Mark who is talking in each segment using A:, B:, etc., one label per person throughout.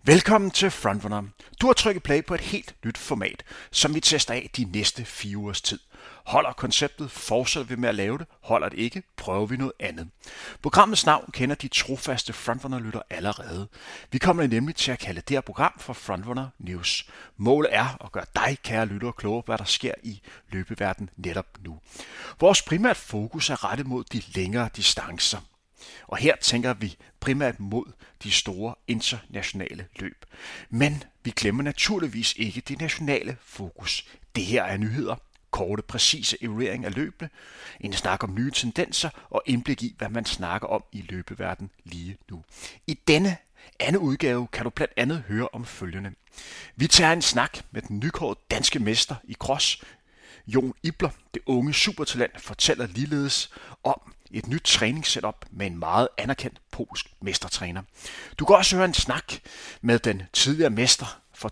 A: Velkommen til Frontrunner. Du har trykket play på et helt nyt format, som vi tester af de næste 4 ugers tid. Holder konceptet, fortsætter vi med at lave det, holder det ikke, prøver vi noget andet. Programmets navn kender de trofaste Frontrunner-lytter allerede. Vi kommer nemlig til at kalde det her program for Frontrunner News. Målet er at gøre dig, kære lytter, klogere på, hvad der sker i løbeverdenen netop nu. Vores primært fokus er rettet mod de længere distancer. Og her tænker vi primært mod de store internationale løb. Men vi glemmer naturligvis ikke det nationale fokus. Det her er nyheder, korte, præcise evaluering af løbene, en snak om nye tendenser og indblik i, hvad man snakker om i løbeverdenen lige nu. I denne anden udgave kan du blandt andet høre om følgende. Vi tager en snak med den nykårede danske mester i cross, Jon Ibler. Det unge supertalent fortæller ligeledes om et nyt træningssetup med en meget anerkendt polsk mestertræner. Du kan også høre en snak med den tidligere mester fra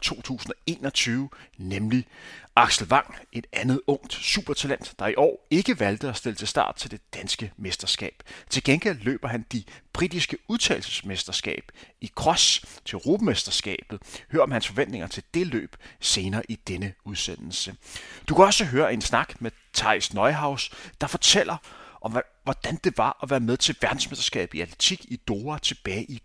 A: 2021, nemlig Axel Wang, et andet ungt supertalent, der i år ikke valgte at stille til start til det danske mesterskab. Til gengæld løber han de britiske udtagelsesmesterskab i cross til Europamesterskabet. Hør om hans forventninger til det løb senere i denne udsendelse. Du kan også høre en snak med Theis Neuhaus, der fortæller om hvordan det var at være med til verdensmesterskabet i atletik i Doha tilbage i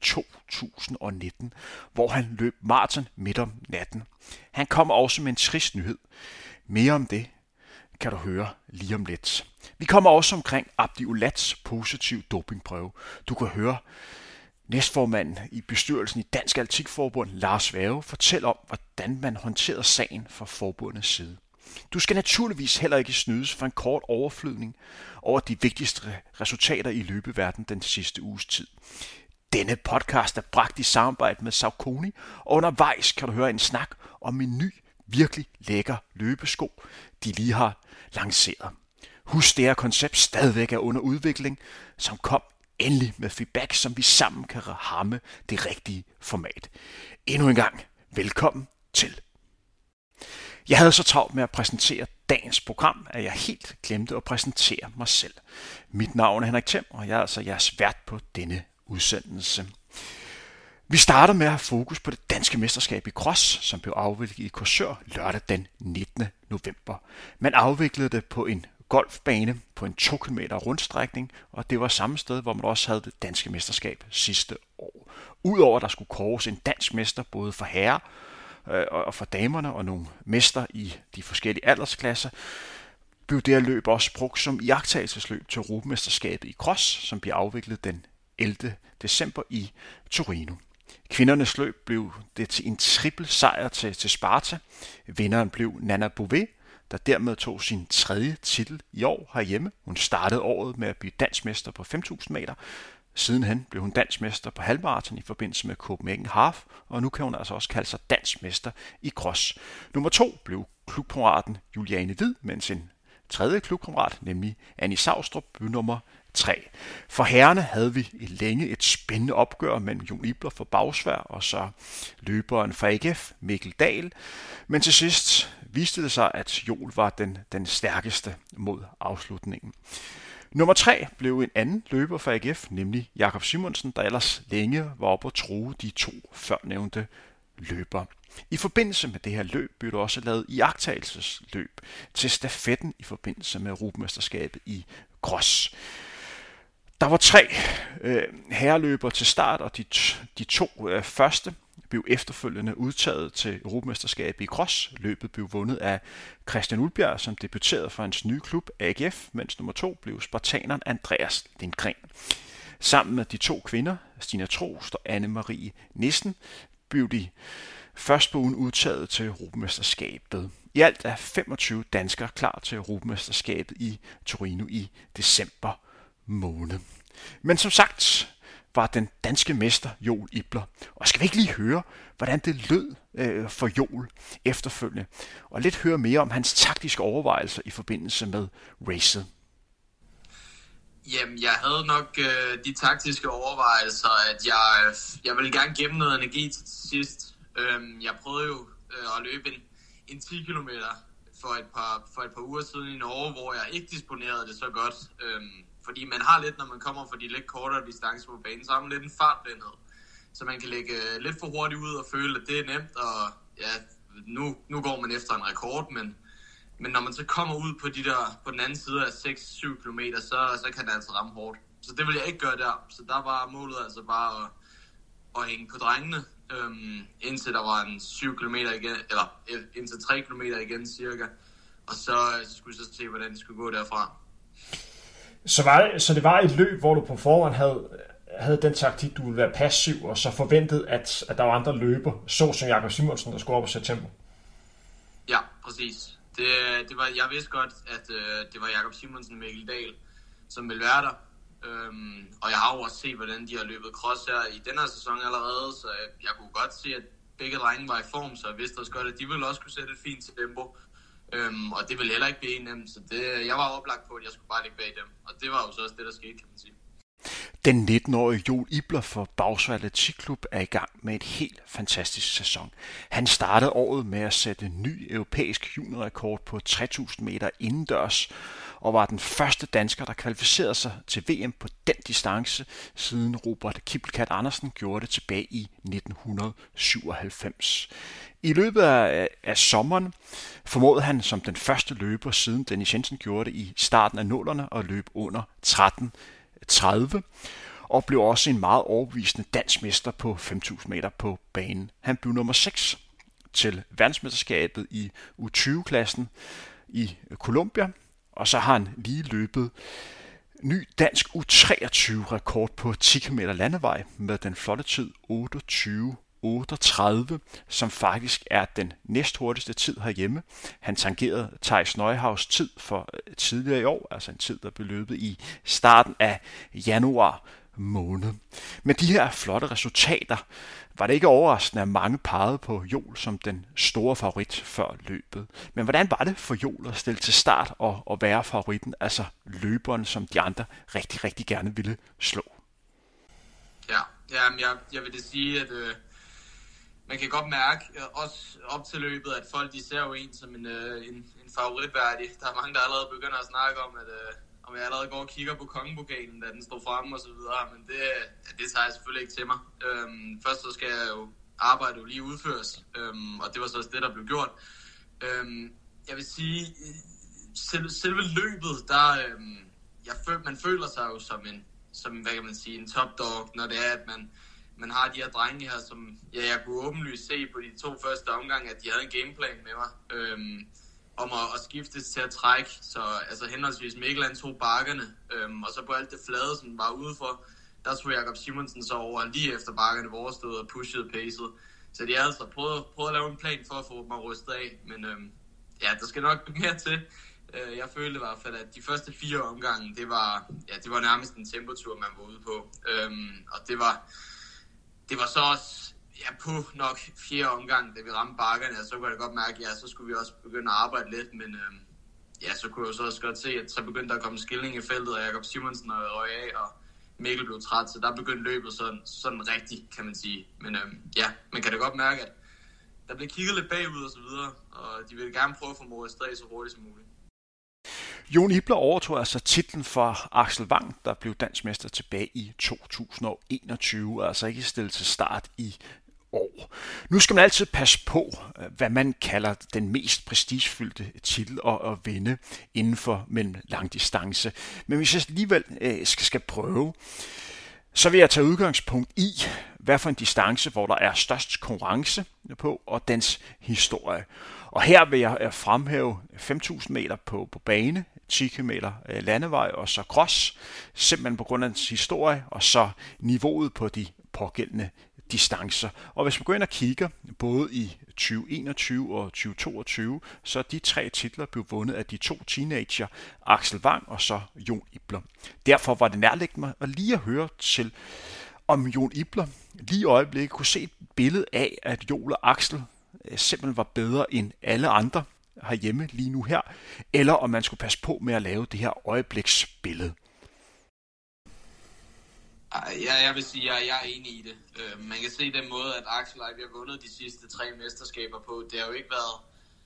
A: 2019, hvor han løb maraton midt om natten. Han kommer også med en trist nyhed. Mere om det kan du høre lige om lidt. Vi kommer også omkring Abdi Ulats positiv dopingprøve. Du kan høre næstformanden i bestyrelsen i Dansk Atletikforbund, Lars Værge, fortælle om, hvordan man håndterede sagen fra forbundets side. Du skal naturligvis heller ikke snydes for en kort overflyvning over de vigtigste resultater i løbeverdenen den sidste uges tid. Denne podcast er bragt i samarbejde med Saucony, og undervejs kan du høre en snak om en ny, virkelig lækker løbesko, de lige har lanceret. Husk, det her koncept stadigvæk er under udvikling, som kom endelig med feedback, som vi sammen kan ramme det rigtige format. Endnu en gang, velkommen til. Jeg havde så travlt med at præsentere dagens program, at jeg helt glemte at præsentere mig selv. Mit navn er Henrik Thiem, og jeg er altså jeres vært på denne udsendelse. Vi starter med at have fokus på det danske mesterskab i cross, som blev afviklet i Korsør lørdag den 19. november. Man afviklede det på en golfbane på en 2 km rundstrækning, og det var samme sted, hvor man også havde det danske mesterskab sidste år. Udover at der skulle kåres en dansk mester både for herrer og for damerne og nogle mester i de forskellige aldersklasser, blev det her løb også brugt som iagttagelsesløb til Europamesterskabet i cross, som bliver afviklet den 11. december i Torino. Kvindernes løb blev det til en trippel sejr til Sparta. Vinderen blev Nana Bouvet, der dermed tog sin 3. titel i år herhjemme. Hun startede året med at blive dansk mester på 5.000 meter. Sidenhen blev hun dansk mester på halvmaraton i forbindelse med Copenhagen Half, og nu kan hun altså også kalde sig dansk mester i cross. Nummer 2 blev klubkammeraten Juliane Hvid, mens en tredje klubkammerat, nemlig Annie Saustrup, blev nummer 3. For herrerne havde vi længe et spændende opgør mellem Jon Ibler for Bagsværd og så løberen fra AGF, Mikkel Dahl. Men til sidst viste det sig, at Jol var den stærkeste mod afslutningen. Nummer 3 blev en anden løber fra AGF, nemlig Jakob Simonsen, der ellers længe var oppe at true de 2 førnævnte løbere. I forbindelse med det her løb blev der også lavet iagttagelsesløb til stafetten i forbindelse med Europamesterskabet i cross. Der var 3 herreløbere til start, og de 2 første blev efterfølgende udtaget til Europamesterskabet i cross. Løbet blev vundet af Christian Ulbjerg, som debuterede for hans nye klub AGF, mens nummer 2 blev spartaneren Andreas Lindgren. Sammen med de 2 kvinder, Stina Trost og Anne-Marie Nissen, blev de først på ugen udtaget til Europamesterskabet. I alt er 25 danskere klar til Europamesterskabet i Torino i december måned. Men som sagt var den danske mester Jon Ibler. Og skal vi ikke lige høre, hvordan det lød for Jol efterfølgende, og lidt høre mere om hans taktiske overvejelser i forbindelse med racet.
B: Jamen, jeg havde nok de taktiske overvejelser, at jeg ville gerne gemme noget energi til sidst. Jeg prøvede jo at løbe en 10 km for et par uger siden i Norge, hvor jeg ikke disponerede det så godt. Fordi man har lidt, når man kommer fra de lidt kortere distancer på banen, så har man lidt en fartblindhed. så man kan lægge lidt for hurtigt ud og føle, at det er nemt, og ja, nu går man efter en rekord, men når man så kommer ud på den anden side af 6-7 km, så kan det altså ramme hårdt. Så det vil jeg ikke gøre der. Så der var målet altså bare at hænge på drengene, indtil der var en 7 km igen, eller indtil 3 km igen cirka. Og så skulle vi så se, hvordan det skulle gå derfra.
C: Så det var et løb, hvor du på forhånd havde den taktik, du ville være passiv, og så forventede, at der var andre løber, så som Jakob Simonsen, der skulle op og sætte tempo.
B: Ja, præcis. Jeg vidste godt, at det var Jakob Simonsen og Mikkel Dahl, som ville være der. Og jeg har jo også set, hvordan de har løbet cross her i den her sæson allerede, så jeg kunne godt se, at begge drenge var i form, så jeg vidste også godt, at de ville også kunne sætte et fint tempo. Og det ville heller ikke blive nemt, så jeg var oplagt på, at jeg skulle bare ligge bag dem. Og det var jo så også det, der skete, kan man sige.
A: Den 19-årige Jon Ibler for Bagsværd Atletikklub er i gang med et helt fantastisk sæson. Han startede året med at sætte en ny europæisk juniorrekord på 3000 meter indendørs, og var den første dansker, der kvalificerede sig til VM på den distance, siden Robert Kibelkat Andersen gjorde det tilbage i 1997. I løbet af sommeren formåede han som den første løber, siden Dennis Jensen gjorde det i starten af 00'erne, og løb under 13:30, og blev også en meget overbevisende dansk mester på 5.000 meter på banen. Han blev nummer 6 til verdensmesterskabet i U20-klassen i Colombia, og så har han lige løbet ny dansk U23-rekord på 10 km landevej med den flotte tid 28:38, som faktisk er den næsthurtigste tid herhjemme. Han tangerede Theis Neuhaus tid for tidligere i år, altså en tid, der blev løbet i starten af januar måned. Med de her flotte resultater var det ikke overraskende, at mange pegede på Jol som den store favorit før løbet. Men hvordan var det for Jol at stille til start og være favoritten, altså løberen, som de andre rigtig, rigtig gerne ville slå?
B: Ja, jeg vil det sige, at man kan godt mærke, også op til løbet, at folk de ser jo en som en favoritværdig. Der er mange, der allerede begynder at snakke om, at om jeg allerede går og kigger på kongepokalen, da den står fremme og så videre, men det tager jeg selvfølgelig ikke til mig. Først så skal jeg jo arbejde jo lige udføres, og det var så også det, der blev gjort. Jeg vil sige, selve løbet, man føler sig jo som hvad kan man sige, en top dog, når det er, at man har de her drenge her, som jeg kunne åbenlyst se på de 2 første omgange, at de havde en gameplan med mig. Om at skiftes til at trække, så altså henholdsvis Mikkel han tog bakkerne, og så på alt det flade, som var ude for, der tog Jakob Simonsen så over lige efter bakkerne overstået og pushede pacet. Så de har altså prøvet at lave en plan for at få mig rystet af, men der skal nok mere til. Jeg følte i hvert fald, at de første 4 omgange, det var nærmest en tempotur, man var ude på. Og det var så også på nok 4. omgang, da vi ramte bakkerne, så kunne jeg godt mærke, så skulle vi også begynde at arbejde lidt, men så kunne jeg så også godt se, at så begyndte der at komme skilling i feltet, og Jakob Simonsen røg af, og Mikkel blev træt, så der begyndte løbet sådan rigtigt, kan man sige. Men man kan da godt mærke, at der blev kigget lidt bagud og så videre, og de ville gerne prøve at få Moritz Stræ så hurtigt som muligt.
A: Jon Ibler overtog altså titlen for Axel Wang, der blev dansk mester tilbage i 2021, altså ikke stillet til start i år. Nu skal man altid passe på, hvad man kalder den mest prestigefyldte titel at vinde inden for mellem langdistance. Men hvis jeg alligevel skal prøve, så vil jeg tage udgangspunkt i, hvad for en distance, hvor der er størst konkurrence på, og dens historie. Og her vil jeg fremhæve 5.000 meter på bane, 10 km landevej og så cross, simpelthen på grund af dens historie, og så niveauet på de pågældende distancer. Og hvis man går ind og kigger, både i 2021 og 2022, så er de 3 titler blevet vundet af de 2 teenager, Axel Wang og så Jon Ibler. Derfor var det nærliggende at lige at høre til, om Jon Ibler lige i øjeblikket kunne se et billede af, at Jol og Axel simpelthen var bedre end alle andre herhjemme lige nu her, eller om man skulle passe på med at lave det her øjebliksbillede.
B: Ja, jeg vil sige, at jeg er enig i det. Man kan se den måde, at Axel og vi har vundet de sidste 3 mesterskaber på. Det har jo ikke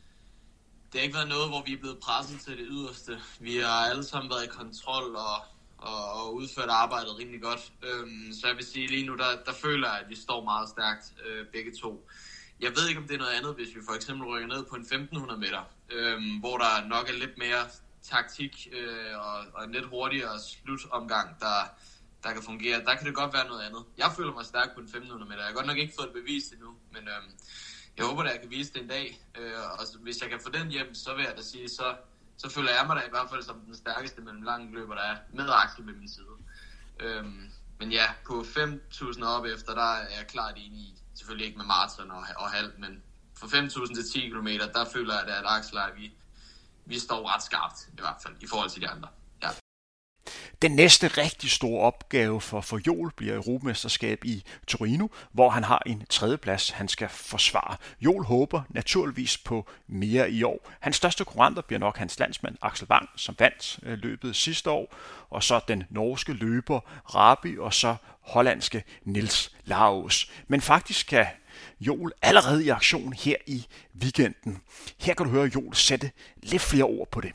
B: været noget, hvor vi er blevet presset til det yderste. Vi har alle sammen været i kontrol, og udført arbejdet rimelig godt. Så jeg vil sige, lige nu, der føler jeg, at vi står meget stærkt begge to. Jeg ved ikke, om det er noget andet, hvis vi for eksempel rykker ned på en 1500 meter, hvor der nok er lidt mere taktik og en lidt hurtigere slutomgang, der kan fungere. Der kan det godt være noget andet. Jeg føler mig stærk på en 1500 meter. Jeg har godt nok ikke fået det bevist endnu, men jeg håber, at jeg kan vise det en dag. Og hvis jeg kan få den hjem, så vil jeg da sige, så føler jeg mig da i hvert fald som den stærkeste mellem lange løber, der er med Axel ved min side. Men ja, på 5.000 op efter, der er jeg klart enig i. Selvfølgelig ikke med maraton og halv, men fra 5.000 til 10 km, der føler jeg, at Axel og vi står ret skarpt, i hvert fald, i forhold til de andre. Ja.
A: Den næste rigtig store opgave for Joel bliver Europamesterskab i Torino, hvor han har en tredjeplads, han skal forsvare. Joel håber naturligvis på mere i år. Hans største konkurrenter bliver nok hans landsmand Axel Wang, som vandt løbet sidste år, og så den norske løber Rabi, og så hollandske Niels Laos. Men faktisk kan Joel allerede i aktion her i weekenden. Her kan du høre Joel sætte lidt flere ord på det.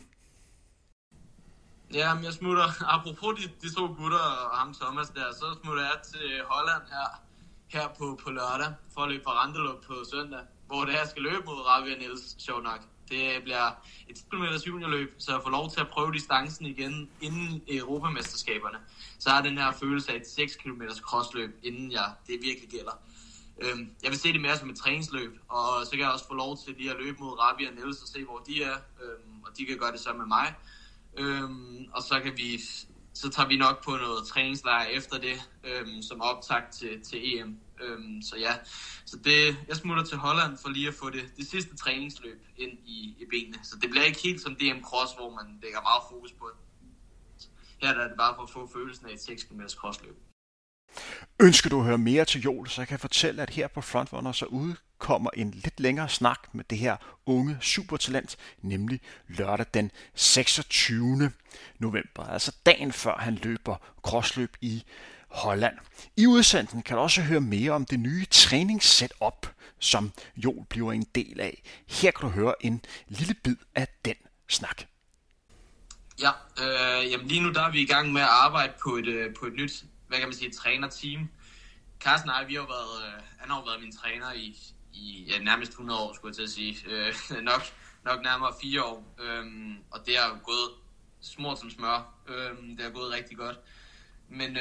B: Ja, men jeg smutter, apropos de to gutter og ham Thomas der, så smutter jeg til Holland her på lørdag, for at løbe fra Randelup på søndag, hvor det her skal løbe mod Ravi og Niels, sjovt nok. Det bliver et 10 km juniorløb, så jeg får lov til at prøve distancen igen inden Europamesterskaberne. Så har den her følelse af et 6 km crossløb, inden det virkelig gælder. Jeg vil se det mere som et træningsløb, og så kan jeg også få lov til lige at løbe mod Ravi og Niels og se, hvor de er, og de kan gøre det sammen med mig. Og så tager vi nok på noget træningslejr efter det, som optakt til EM. Så jeg smutter til Holland for lige at få det sidste træningsløb ind i benene. Så det bliver ikke helt som DM Cross, hvor man lægger meget fokus på det. Her er det bare for at få følelsen af et 6 km crossløb.
A: Ønsker du at høre mere til Joel, så kan jeg fortælle, at her på Frontrunner så udkommer en lidt længere snak med det her unge supertalent, nemlig lørdag den 26. november, altså dagen før han løber crossløb i Holland. I udsendelsen kan du også høre mere om det nye træningssetup, som Joel bliver en del af. Her kan du høre en lille bid af den snak.
B: Ja, jamen lige nu der er vi i gang med at arbejde på et nyt, hvad kan man sige, trænerteam. Carsten og jeg, han har jo været min træner i nærmest 100 år, skulle jeg til at sige. Nok nærmere 4 år. Og det er jo gået smurt som smør. Det er gået rigtig godt. Men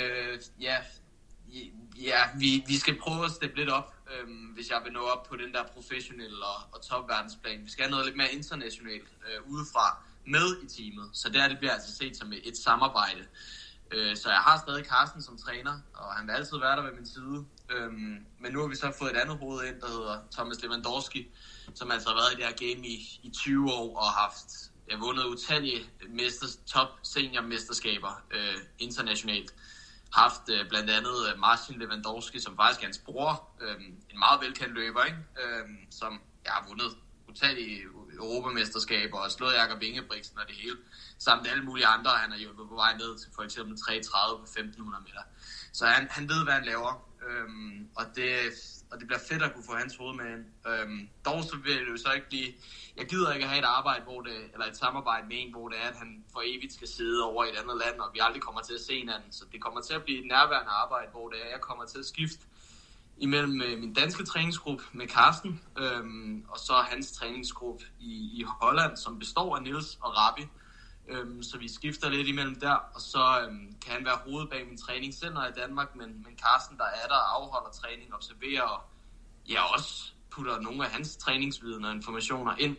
B: vi skal prøve at steppe lidt op, hvis jeg vil nå op på den der professionelle og topverdensplan. Vi skal have noget lidt mere internationalt udefra med i teamet. Så det bliver altså set som et samarbejde. Så jeg har stadig Carsten som træner, og han vil altid være der ved min side. Men nu har vi så fået et andet hoved ind, der hedder Thomas Lewandowski, som altså har været i det her game i 20 år og har vundet utallige top seniormesterskaber internationalt. Haft blandt andet Marcin Lewandowski, som faktisk er hans bror, en meget velkendt løber, ikke? Som har vundet utallige europamesterskaber og slået Jakob Ingebrigtsen og det hele, samt alle mulige andre. Han har hjulpet på vej ned til for eksempel 3.30 på 1.500 meter. Så han ved, hvad han laver, og det bliver fedt at kunne få hans hoved med ind. Dog så vil det jo så ikke blive... Jeg gider ikke at have et arbejde, eller et samarbejde med en, hvor det er, at han for evigt skal sidde over i et andet land, og vi aldrig kommer til at se hinanden. Så det kommer til at blive et nærværende arbejde, hvor det er, jeg kommer til at skifte imellem min danske træningsgruppe med Carsten, og så hans træningsgruppe i Holland, som består af Niels og Rabi. Så vi skifter lidt imellem der, og så kan han være hovedet bag min træningscenter i Danmark, men Carsten, der er der, afholder træning, observerer og også putter nogle af hans træningsviden og informationer ind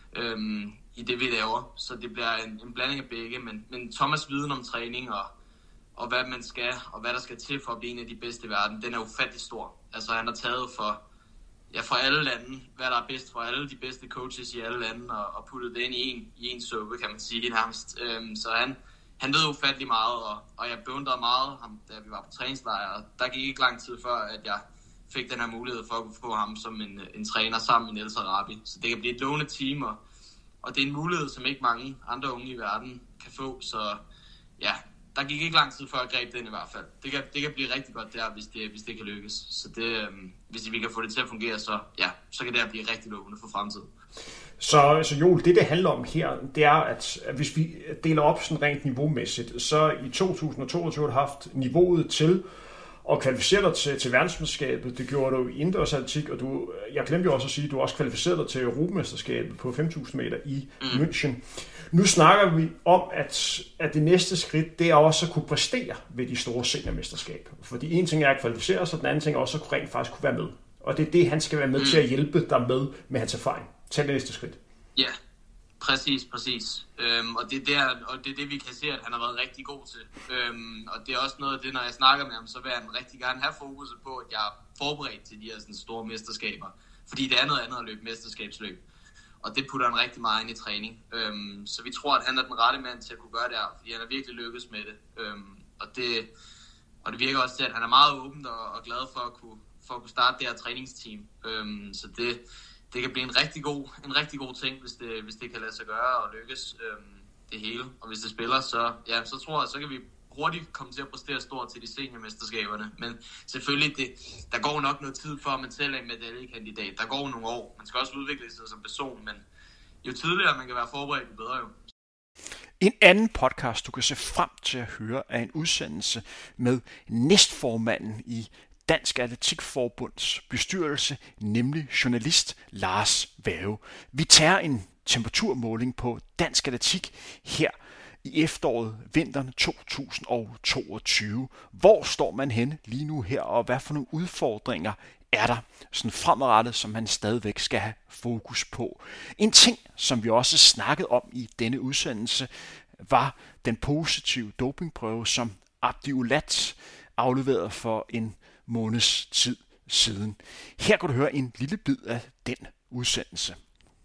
B: i det, vi laver. Så det bliver en blanding af begge, men Thomas' viden om træning og hvad man skal, og hvad der skal til for at blive en af de bedste i verden, den er ufattelig stor. Altså han har taget for alle lande, hvad der er bedst for alle de bedste coaches i alle lande, og puttet det ind i en suppe, kan man sige nærmest. Så han ved ufattelig meget, og jeg beundrede meget ham, da vi var på træningslejr, og der gik ikke lang tid før, at jeg fik den her mulighed for at kunne få ham som en træner sammen med Niels og Rabi. Så det kan blive et lovende team, og det er en mulighed, som ikke mange andre unge i verden kan få, så ja, der gik ikke lang tid før jeg greb den i hvert fald. Det kan blive rigtig godt der, hvis det kan lykkes. Så hvis vi kan få det til at fungere, så kan det her blive rigtig lovende for fremtiden.
C: Så Joel, det handler om her, det er, at hvis vi deler op sådan rent niveaumæssigt, så i 2022 har du haft niveauet til at kvalificere dig til verdensmesterskabet. Det gjorde du i indendørs atletik, og jeg glemte jo også at sige, at du også kvalificerede dig til Europamesterskabet på 5.000 meter i München. Nu snakker vi om, at det næste skridt, det er også at kunne præstere ved de store seniormesterskaber. Fordi en ting er at kvalificere sig, den anden ting er også at rent faktisk kunne være med. Og det er det, han skal være med til at hjælpe dig med hans erfaring. Tag det næste skridt.
B: Ja, præcis. Og det er det, vi kan se, at han har været rigtig god til. Og det er også noget af det, når jeg snakker med ham, så vil han rigtig gerne have fokuset på, at jeg er forberedt til de her sådan, store mesterskaber. Fordi det er noget andet at løbe mesterskabsløb. Og det putter han rigtig meget ind i træning. Så vi tror, at han er den rette mand til at kunne gøre det her, fordi han har virkelig lykkes med det. Og det virker også til, at han er meget åben og glad for at kunne starte det her træningsteam. Så det kan blive en rigtig god ting, hvis det kan lade sig gøre og lykkes det hele. Og hvis det spiller, så tror jeg, så kan vi hurtigt komme til at præstere stort til de seniormesterskaberne. Men selvfølgelig, der går nok noget tid for, at man selv er en medaljekandidat. Der går nogle år. Man skal også udvikle sig som person, men jo tidligere man kan være forberedt, jo bedre jo.
A: En anden podcast, du kan se frem til at høre, er en udsendelse med næstformanden i Dansk Atletikforbunds bestyrelse, nemlig journalist Lars Værge. Vi tager en temperaturmåling på dansk atletik her i efteråret, vinteren 2022. Hvor står man henne lige nu her, og hvad for nogle udfordringer er der sådan fremadrettet, som man stadigvæk skal have fokus på? En ting, som vi også snakkede om i denne udsendelse, var den positive dopingprøve, som Abdiulat afleverede for en måneds tid siden. Her kan du høre en lille bid af den udsendelse,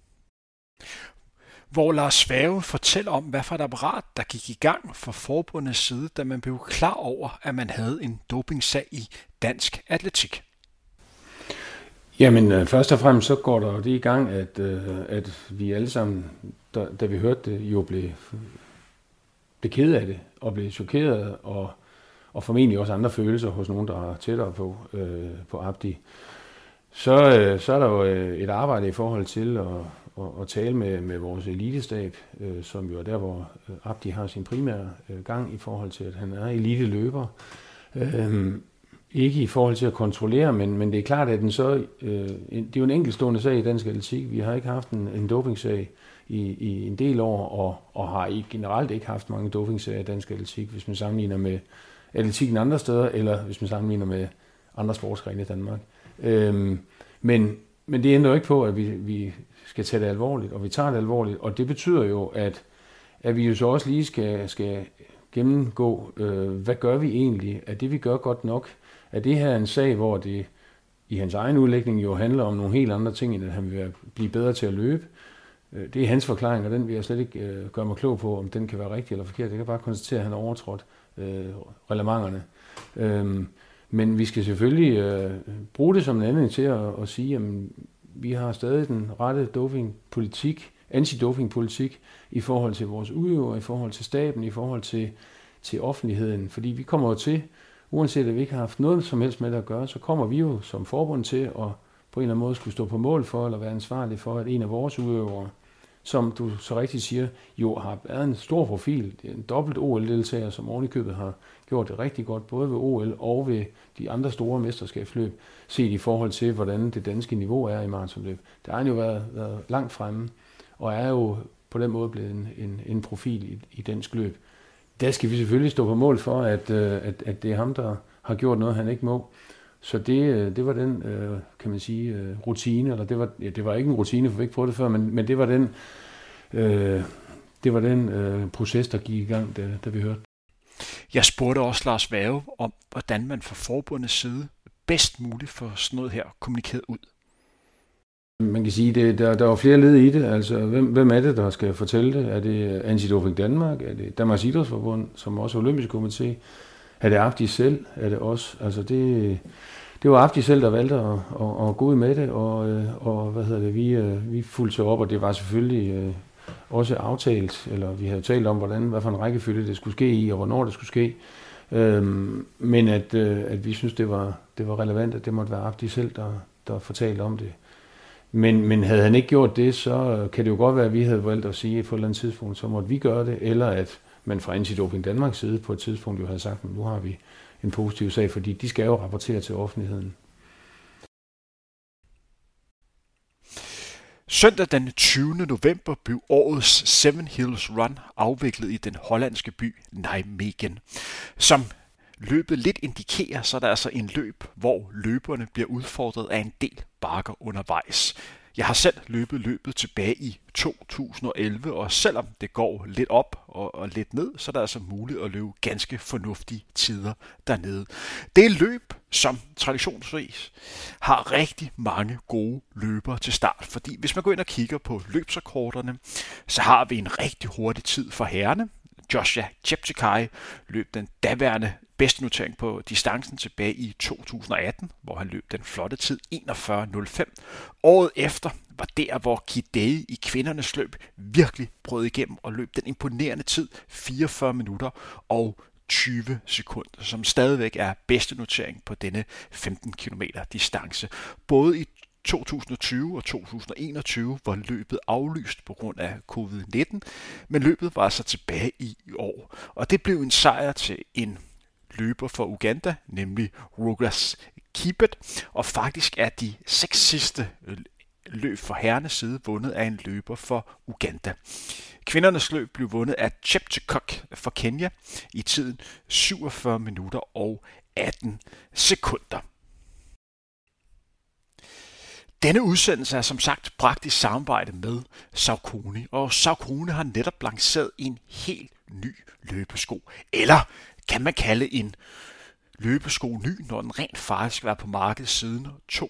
A: hvor Lars Værge fortæller om, hvad for et apparat, der gik i gang fra forbundets side, da man blev klar over, at man havde en dopingsag i dansk atletik.
D: Jamen, først og fremmest så går der jo det i gang, at vi alle sammen, da vi hørte det, jo blev ked af det, og blev chokeret, og formentlig også andre følelser hos nogen, der er tættere på Abdi. Så er der jo et arbejde i forhold til at tale med vores elitestab, som jo er der, hvor Abdi har sin primære gang i forhold til, at han er eliteløber. Ikke i forhold til at kontrollere, men det er klart, at det er jo en enkeltstående sag i dansk atletik. Vi har ikke haft en dopingsag i en del år, og har generelt ikke haft mange dopingsager i dansk atletik, hvis man sammenligner med atletikken andre steder, eller hvis man sammenligner med andre sportsgrene i Danmark. Men det ændrer jo ikke på, at vi skal tage det alvorligt, og vi tager det alvorligt, og det betyder jo, at vi jo så også lige skal gennemgå, hvad gør vi egentlig? Er det, vi gør, godt nok? Er det her en sag, hvor det i hans egen udlægning jo handler om nogle helt andre ting, end at han vil blive bedre til at løbe? Det er hans forklaring, og den vil jeg slet ikke gøre mig klog på, om den kan være rigtig eller forkert. Jeg kan bare konstatere, at han har overtrådt reglementerne. Men vi skal selvfølgelig bruge det som en anledning til at sige, at vi har stadig den rette dopingpolitik, antidopingpolitik i forhold til vores udøvere, i forhold til staben, i forhold til offentligheden. Fordi vi kommer jo til, uanset at vi ikke har haft noget som helst med det at gøre, så kommer vi jo som forbund til at på en eller anden måde skulle stå på mål for, eller være ansvarlig for, at en af vores udøvere, som du så rigtigt siger, jo har været en stor profil, en dobbelt OL-deltager, som ovenikøbet har gjort det rigtig godt, både ved OL og ved de andre store mesterskabsløb, set i forhold til, hvordan det danske niveau er i maratonløb. Der har han jo været langt fremme, og er jo på den måde blevet en profil i dansk løb. Der skal vi selvfølgelig stå på mål for, at det er ham, der har gjort noget, han ikke må. Så det var den, kan man sige, rutine, eller det var ikke en rutine, for vi ikke prøvede det før, men det var den proces, der gik i gang, da vi hørte.
A: Jeg spurgte også Lars Værge om, hvordan man fra forbundets side bedst muligt får sådan noget her kommunikeret ud.
D: Man kan sige, der er flere led i det. Altså, hvem er det, der skal fortælle det? Er det Antidoping Danmark? Er det Danmarks Idrætsforbund, som også er olympisk komité? Er det Abdi selv? Er det os? Altså, det var Abdi selv, der valgte at gå ud med det, og vi fulgte så op, og det var selvfølgelig også aftalt, eller vi havde talt om, hvad for en rækkefølge det skulle ske i, og hvornår det skulle ske. Men at vi synes, det var relevant, at det måtte være Abdi selv, der fortalte om det. Men havde han ikke gjort det, så kan det jo godt være, at vi havde valgt at sige på et eller andet tidspunkt, så måtte vi gøre det, eller at man fra Antidoping Danmarks side på et tidspunkt jo havde sagt, at nu har vi en positiv sag, fordi de skal jo rapportere til offentligheden.
A: Søndag den 20. november blev årets Seven Hills Run afviklet i den hollandske by Nijmegen. Som løbet lidt indikerer, så er der altså en løb, hvor løberne bliver udfordret af en del bakker undervejs. Jeg har selv løbet tilbage i 2011, og selvom det går lidt op og lidt ned, så er der altså muligt at løbe ganske fornuftige tider dernede. Det er løb, som traditionsvis har rigtig mange gode løbere til start, fordi hvis man går ind og kigger på løbsrekorderne, så har vi en rigtig hurtig tid for herrerne. Joshua Cheptegei løb den daværende bedste notering på distancen tilbage i 2018, hvor han løb den flotte tid 41.05. Året efter var der, hvor Kidei i kvindernes løb virkelig brød igennem og løb den imponerende tid 44 minutter og 20 sekunder, som stadigvæk er bedste notering på denne 15 km distance. Både i 2020 og 2021 var løbet aflyst på grund af covid-19, men løbet var altså tilbage i år. Og det blev en sejr til en løber for Uganda, nemlig Rugas Kibet, og faktisk er de 6 sidste løb for herrenes side vundet af en løber for Uganda. Kvindernes løb blev vundet af Cheptegei for Kenya i tiden 47 minutter og 18 sekunder. Denne udsendelse er som sagt bragt i samarbejde med Saucony, og Saucony har netop lanceret en helt ny løbesko, eller kan man kalde en løbesko ny, når den rent faktisk har været på markedet siden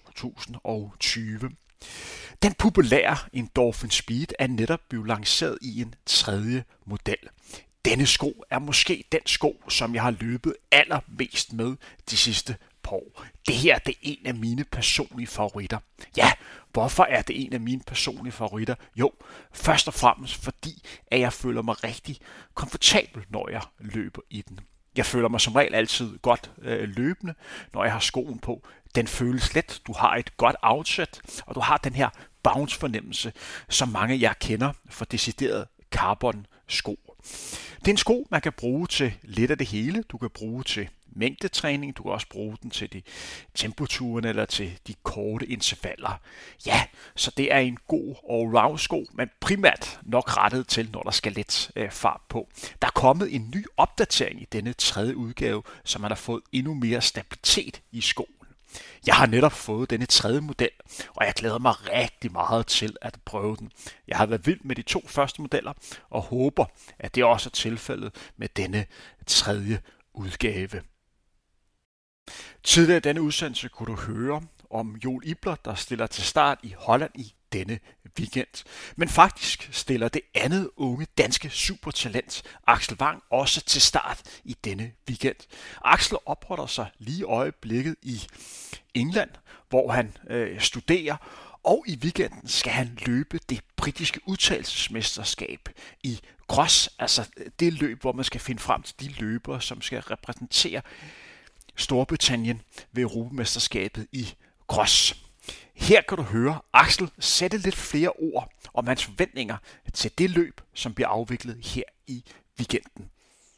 A: 2020. Den populære Endorphin Speed er netop blevet lanceret i en 3. model. Denne sko er måske den sko, som jeg har løbet allermest med de sidste par år. Det her det er en af mine personlige favoritter. Ja, hvorfor er det en af mine personlige favoritter? Jo, først og fremmest fordi, at jeg føler mig rigtig komfortabel, når jeg løber i den. Jeg føler mig som regel altid godt løbende, når jeg har skoen på. Den føles let, du har et godt outset, og du har den her bounce-fornemmelse, som mange af jer kender for decideret carbon-sko. Det er en sko, man kan bruge til lidt af det hele. Du kan bruge til mængdetræning, du kan også bruge den til de tempoturen eller til de korte intervaller. Ja, så det er en god all-round sko, men primært nok rettet til, når der skal lidt fart på. Der er kommet en ny opdatering i denne 3. udgave, så man har fået endnu mere stabilitet i skoen. Jeg har netop fået denne 3. model, og jeg glæder mig rigtig meget til at prøve den. Jeg har været vild med de 2 første modeller, og håber, at det også er tilfældet med denne 3. udgave. Tidligere i denne udsendelse kunne du høre om Joel Ibler, der stiller til start i Holland i denne weekend. Men faktisk stiller det andet unge danske supertalent, Axel Wang, også til start i denne weekend. Axel opholder sig lige i øjeblikket i England, hvor han studerer, og i weekenden skal han løbe det britiske udtagelsesmesterskab i cross, altså det løb, hvor man skal finde frem til de løbere, som skal repræsentere Storbritannien ved Europamesterskabet i cross. Her kan du høre Axel sætte lidt flere ord om hans forventninger til det løb, som bliver afviklet her i weekenden.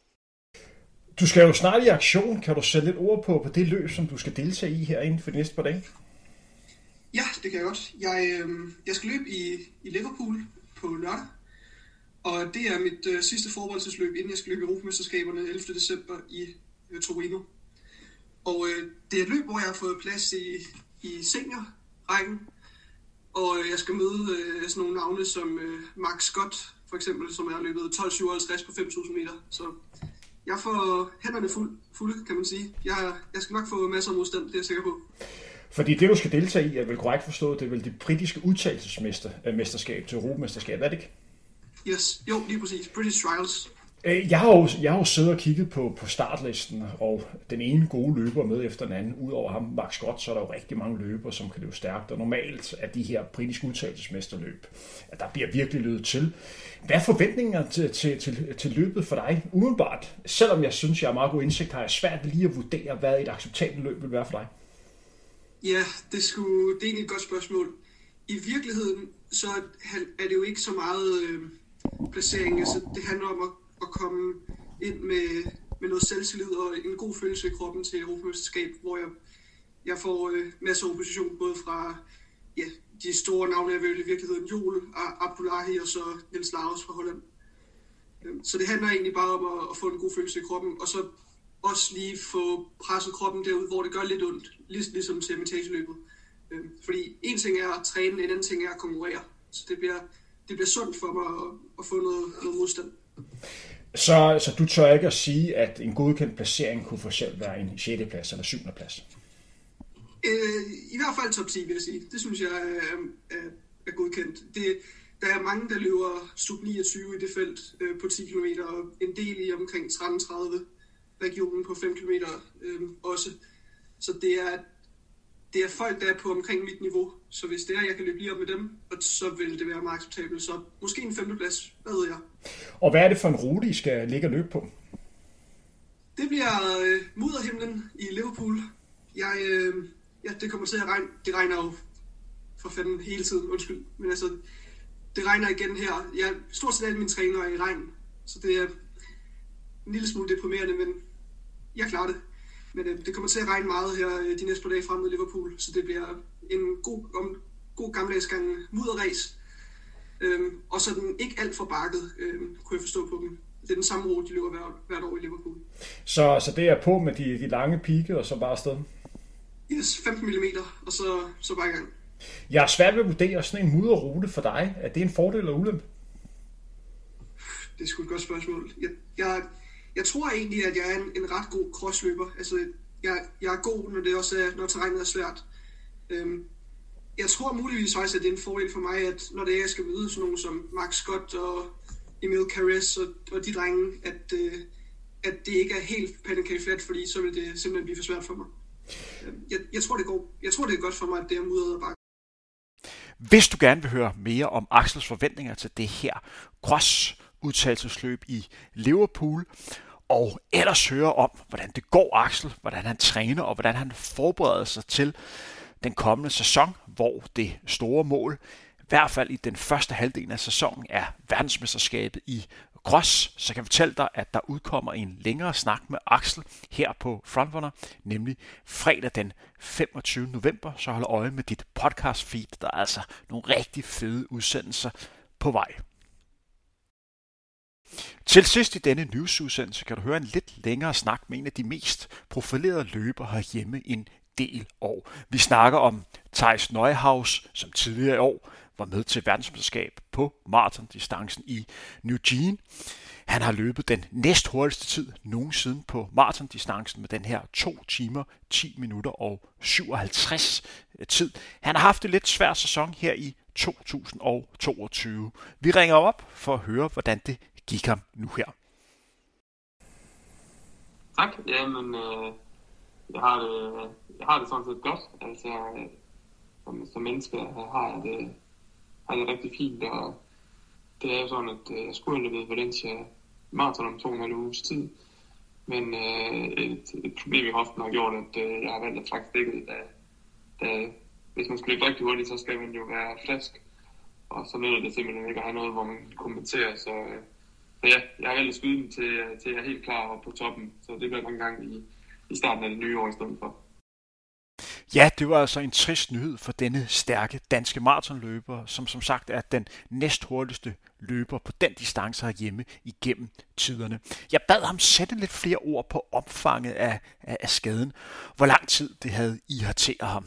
C: Du skal jo snart i aktion. Kan du sætte lidt ord på det løb, som du skal deltage i her inden for de næste par dage?
E: Ja, det kan jeg godt. Jeg skal løbe i Liverpool på lørdag, og det er mit sidste forberedelsesløb, inden jeg skal løbe i Europamesterskaberne 11. december i Torino. Og det er et løb, hvor jeg har fået plads i seniorrækken, og jeg skal møde sådan nogle navne som Mark Scott, for eksempel, som har løbet 12.57 på 5.000 meter. Så jeg får hænderne fulde, kan man sige. Jeg skal nok få masser af modstand, det er jeg sikker på.
C: Fordi det, du skal deltage i, er vel korrekt forstået, det er vel det britiske udtagelsesmesterskab til Europamesterskab, er det ikke?
E: Yes, jo, lige præcis. British Trials.
C: Jeg har jo siddet og kigget på startlisten, og den ene gode løber med efter den anden. Udover ham, Mark Scott, så er der jo rigtig mange løbere, som kan løbe stærkt. Og normalt er de her britiske udtagelsesmesterløb, at der bliver virkelig løbet til. Hvad er forventningerne til løbet for dig umiddelbart? Selvom jeg synes, jeg har meget god indsigt, har jeg svært lige at vurdere, hvad et acceptabelt løb vil være for dig.
E: Ja, det er egentlig et godt spørgsmål. i virkeligheden, så er det jo ikke så meget placering. Altså, det handler om at komme ind med noget selvtillid og en god følelse i kroppen til Europamesterskab, hvor jeg får masser af opposition, både fra de store navne, jeg vil i virkeligheden, Joel, Abdullahi og så Niels Laus fra Holland. Så det handler egentlig bare om at få en god følelse i kroppen, og så også lige få presset kroppen derud, hvor det gør lidt ondt, ligesom til etageløbet. Fordi en ting er at træne, en anden ting er at konkurrere. Så det bliver sundt for mig at få noget modstand.
C: Så du tør ikke at sige, at en godkendt placering kunne for eksempel være en 6. plads eller 7. plads?
E: I hvert fald top 10, vil jeg sige. Det synes jeg er godkendt. Der er mange, der løber sub 29 i det felt på 10 km, og en del i omkring 13-30 regionen på 5 km også. Så det er folk, der er på omkring mit niveau. Så hvis det er, jeg kan løbe lige op med dem, så vil det være meget acceptabelt. Så måske en 5. plads, hvad ved jeg. Og hvad er det for en rute, I skal ligge og løbe på? Det bliver mudderhimlen i Liverpool. Det kommer til at regne. Det regner jo for fanden hele tiden, undskyld. Men altså, det regner igen her. Stort set alle mine trænere er i regn. Så det er en lille smule deprimerende, men jeg klarer det. Men det kommer til at regne meget her de næste par dage frem mod Liverpool, så det bliver en god gammeldags gang mudderræs. Og så den ikke alt for bakket, kunne jeg forstå på dem. Det er den samme rute, de løber hvert år i Liverpool. Så det er på med de lange pike, og så bare afsted? Yes, 15 mm, og så bare i gang. Jeg er svært ved at vurdere sådan en mudderrute for dig. Er det en fordel eller ulempe? Det er sgu et godt spørgsmål. Jeg tror egentlig, at jeg er en ret god crossløber. Altså, jeg er god, når det også er, når terrænet er svært. Jeg tror muligvis faktisk, at det er en fordel for mig, at når det er, jeg skal møde sådan nogen som Max Scott og Emil Carrez og de drenge, at det ikke er helt pancake flat, fordi så vil det simpelthen blive for svært for mig. Jeg tror, det er godt for mig, at det er mudret og bakke.
A: Hvis du gerne vil høre mere om Axels forventninger til det her cross-udtagelsesløb i Liverpool, og ellers høre om, hvordan det går Axel, hvordan han træner og hvordan han forbereder sig til den kommende sæson, hvor det store mål, i hvert fald i den første halvdel af sæsonen, er verdensmesterskabet i cross, så kan jeg fortælle dig, at der udkommer en længere snak med Axel her på Frontrunner, nemlig fredag den 25. november. Så hold øje med dit podcast feed, der er altså nogle rigtig fede udsendelser på vej. Til sidst i denne newsudsendelse kan du høre en lidt længere snak med en af de mest profilerede løbere herhjemme en del år. Vi snakker om Theis Neuhaus, som tidligere i år var med til verdensmesterskab på maratondistancen i Eugene. Han har løbet den næsthurtigste tid nogensinde på maratondistancen med den her 2 timer, 10 minutter og 57 tid. Han har haft en lidt svær sæson her i 2022. Vi ringer op for at høre, hvordan det gik ham nu her.
F: Tak. Jamen, jeg har det sådan set godt. Altså, som menneske har jeg det rigtig fint, og det er jo sådan, at jeg skulle have løbet Valencia maraton om 2,5 uges tid. Men et problem i hoften har gjort, at jeg har valgt at trække stikket, da hvis man skal løbe rigtig hurtigt, så skal man jo være frisk. Og så nytter det simpelthen ikke at have noget, hvor man kan kompensere. Så ja, jeg har valgt at skyde den til at jeg er helt klar og på toppen. Så det bliver mange gange i starten af det nye år i stedet for.
A: Ja, det var altså en trist nyhed for denne stærke danske maratonløber, som sagt er den næsthurtigste løber på den distance herhjemme igennem tiderne. Jeg bad ham sætte lidt flere ord på omfanget af skaden. Hvor lang tid det havde irriteret ham?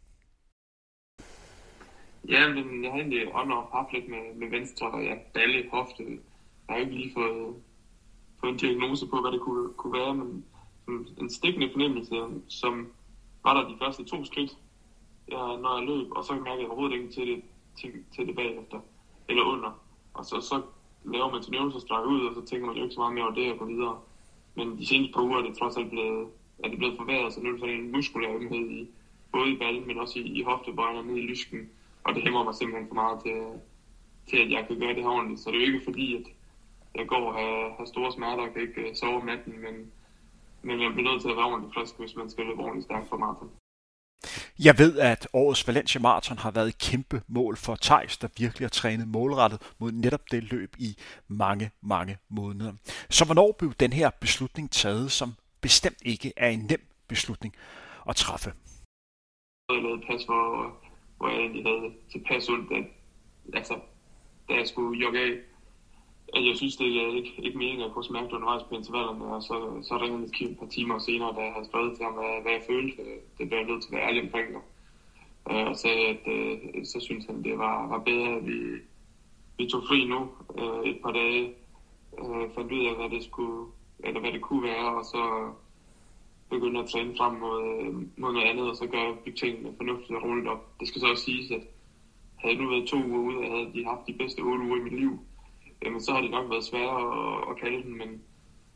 F: Ja, men jeg har egentlig haft lidt med venstre og balle hofte. Jeg har ikke lige fået en diagnose på, hvad det kunne være, men en stikkende fornemmelse, som var der de første 2 skridt, når jeg løb, og så mærkede jeg overhovedet ikke til det bagefter, eller under. Og så laver man sin øvelse og strækker ud, og så tænker man jo ikke så meget mere over det og går videre. Men de seneste par uger er det trods alt blevet forværret, så nu er det sådan en muskulær ømhed både i ballen, men også i hoftebøjene og nede i lysken. Og det hæmmer mig simpelthen for meget til, at jeg kan gøre det her ordentligt. Så det er jo ikke fordi, at jeg går og har store smerter og kan ikke sove om natten, men jeg bliver nødt til at være ordentligt frisk, hvis man skal løbe ordentligt stærkt for maraton.
A: Jeg ved, at årets Valencia Marathon har været et kæmpe mål for Theis, der virkelig har trænet målrettet mod netop det løb i mange, mange måneder. Så hvornår blev den her beslutning taget, som bestemt ikke er en nem beslutning at træffe?
F: Jeg lavede et pas, hvor jeg egentlig havde tilpas ondt, da jeg skulle jogge af. At jeg synes, det er ikke meningen at få smerte undervejs på intervallerne, og så ringede jeg et par timer senere, da jeg havde skrevet til ham, hvad jeg følte. Det blev jeg nødt til at være ærlig omkring det. Og sagde, at så synes han, det var bedre, at vi tog fri nu et par dage, fandt ud af, hvad det kunne være, og så begyndte at træne frem mod noget andet, og så bygge tingene fornuftigt og roligt op. Det skal så også siges, at havde jeg nu været 2 uger ude, og havde de haft de bedste 8 uger i mit liv, så har det nok været sværere at kalde den, men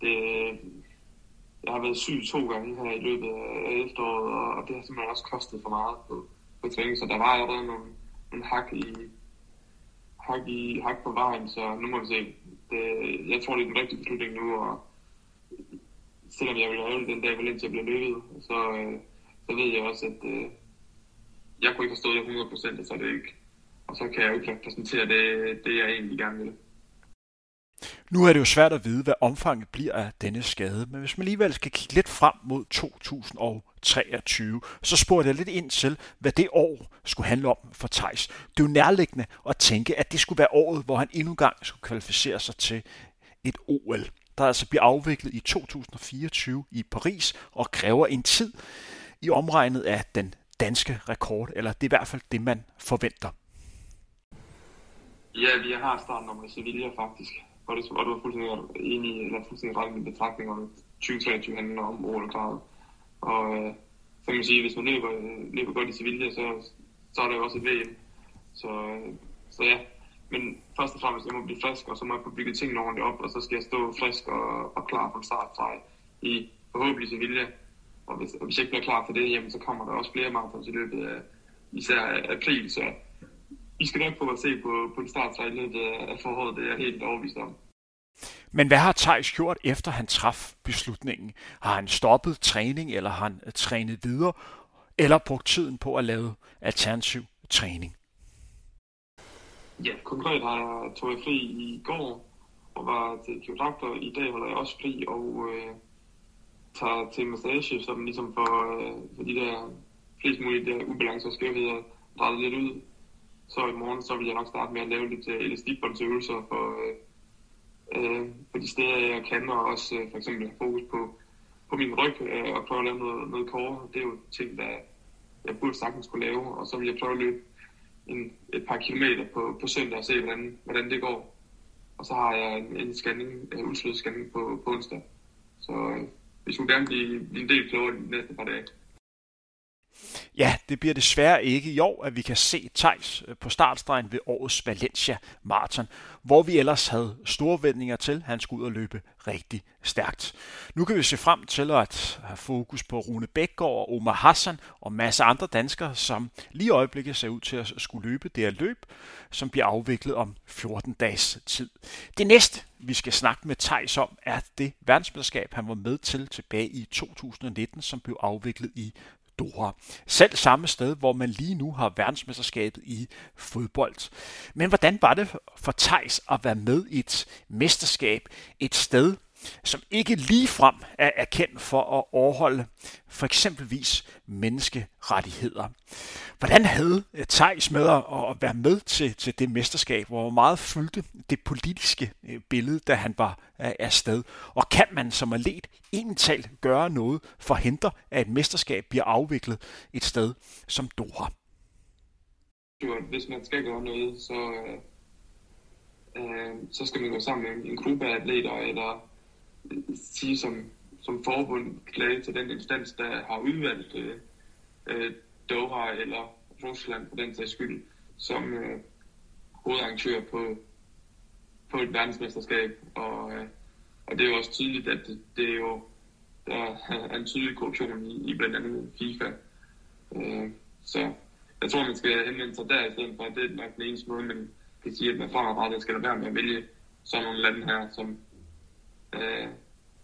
F: jeg har været syg 2 gange her i løbet af efteråret, og det har simpelthen også kostet for meget på træning, så der var allerede nogle hak på vejen, så nu må vi se. Jeg tror, det er den rigtige beslutning nu, og selvom jeg vil have den dag, Valencia bliver løbet, så ved jeg også, at jeg kunne ikke have stået der 100%, så det ikke. Og så kan jeg jo ikke repræsentere det jeg egentlig gerne vil.
A: Nu er det jo svært at vide, hvad omfanget bliver af denne skade, men hvis man alligevel skal kigge lidt frem mod 2023, så spurgte jeg lidt ind til, hvad det år skulle handle om for Theis. Det er jo nærliggende at tænke, at det skulle være året, hvor han endnu en gang skulle kvalificere sig til et OL, der altså bliver afviklet i 2024 i Paris og kræver en tid i omregnet af den danske rekord, eller det er i hvert fald det, man forventer.
F: Ja, vi har startnummer i Sevilla faktisk, og du var fuldstændig ret med betragtning om 2023 handler om OL-kravet. Og så kan man sige, at hvis man løber godt i Sevilla, så er der jo også et VM. Så ja, men først og fremmest, jeg må blive frisk, og så må jeg få bygget tingene ordentligt op, og så skal jeg stå frisk og klar på startstreg i forhåbentlig Sevilla. Og hvis jeg ikke bliver klar til det, jamen, så kommer der også flere marathons i løbet af især april, så vi skal nok få at se på en startstreg i løbet af foråret, det er jeg helt overbevist om.
A: Men hvad har Theis gjort, efter han traf beslutningen? Har han stoppet træning, eller har han trænet videre, eller brugt tiden på at lave alternativ træning?
F: Ja, konkret tog jeg fri i går og var til kiropraktor. I dag holder jeg også fri og tager til massage, som ligesom for de der flest mulige der ubalancer og skævheder drejet lidt ud. Så i morgen så vil jeg nok starte med at lave lidt elastikbåndsøvelser for de steder, jeg kan, og også for eksempel have fokus på min ryg og prøve at lave noget core. Det er jo ting, der jeg burde sagtens kunne lave, og så vil jeg prøve at løbe et par kilometer på søndag og se, hvordan det går. Og så har jeg en ultralydsscanning på onsdag. Så vi skulle gerne blive en del klogere de næste par dage.
A: Ja, det bliver desværre ikke i år, at vi kan se Theis på startstregen ved årets Valencia Marathon, hvor vi ellers havde store forventninger til, at han skulle ud og løbe rigtig stærkt. Nu kan vi se frem til at have fokus på Rune Bækgaard og Omar Hassan og masser af andre danskere, som lige i øjeblikket ser ud til at skulle løbe det her løb, som bliver afviklet om 14 dages tid. Det næste, vi skal snakke med Theis om, er det verdensmesterskab, han var med til tilbage i 2019, som blev afviklet i Doha. Selv samme sted, hvor man lige nu har verdensmesterskabet i fodbold. Men hvordan var det for Theis at være med i et mesterskab, et sted, som ikke ligefrem er kendt for at overholde for eksempelvis menneskerettigheder? Hvordan havde Theis med at være med til det mesterskab, hvor meget fyldte det politiske billede, da han var afsted? Og kan man som atlet egentlig gøre noget for at hindre, at et mesterskab bliver afviklet et sted som Doha?
F: Hvis man skal gøre noget, så skal man gå sammen med en gruppe af atleter, eller sige som forbund klage til den instans, der har udvalgt Doha eller Rusland på den sags skyld, som hovedarrangør på et verdensmesterskab. Og det er jo også tydeligt, at der er en tydelig korruption i blandt andet FIFA. Så jeg tror, man skal henvende sig der i stedet for, at det er nok den eneste måde, man kan sige, at man fremadrettet skal være med at vælge sådan nogle lande her,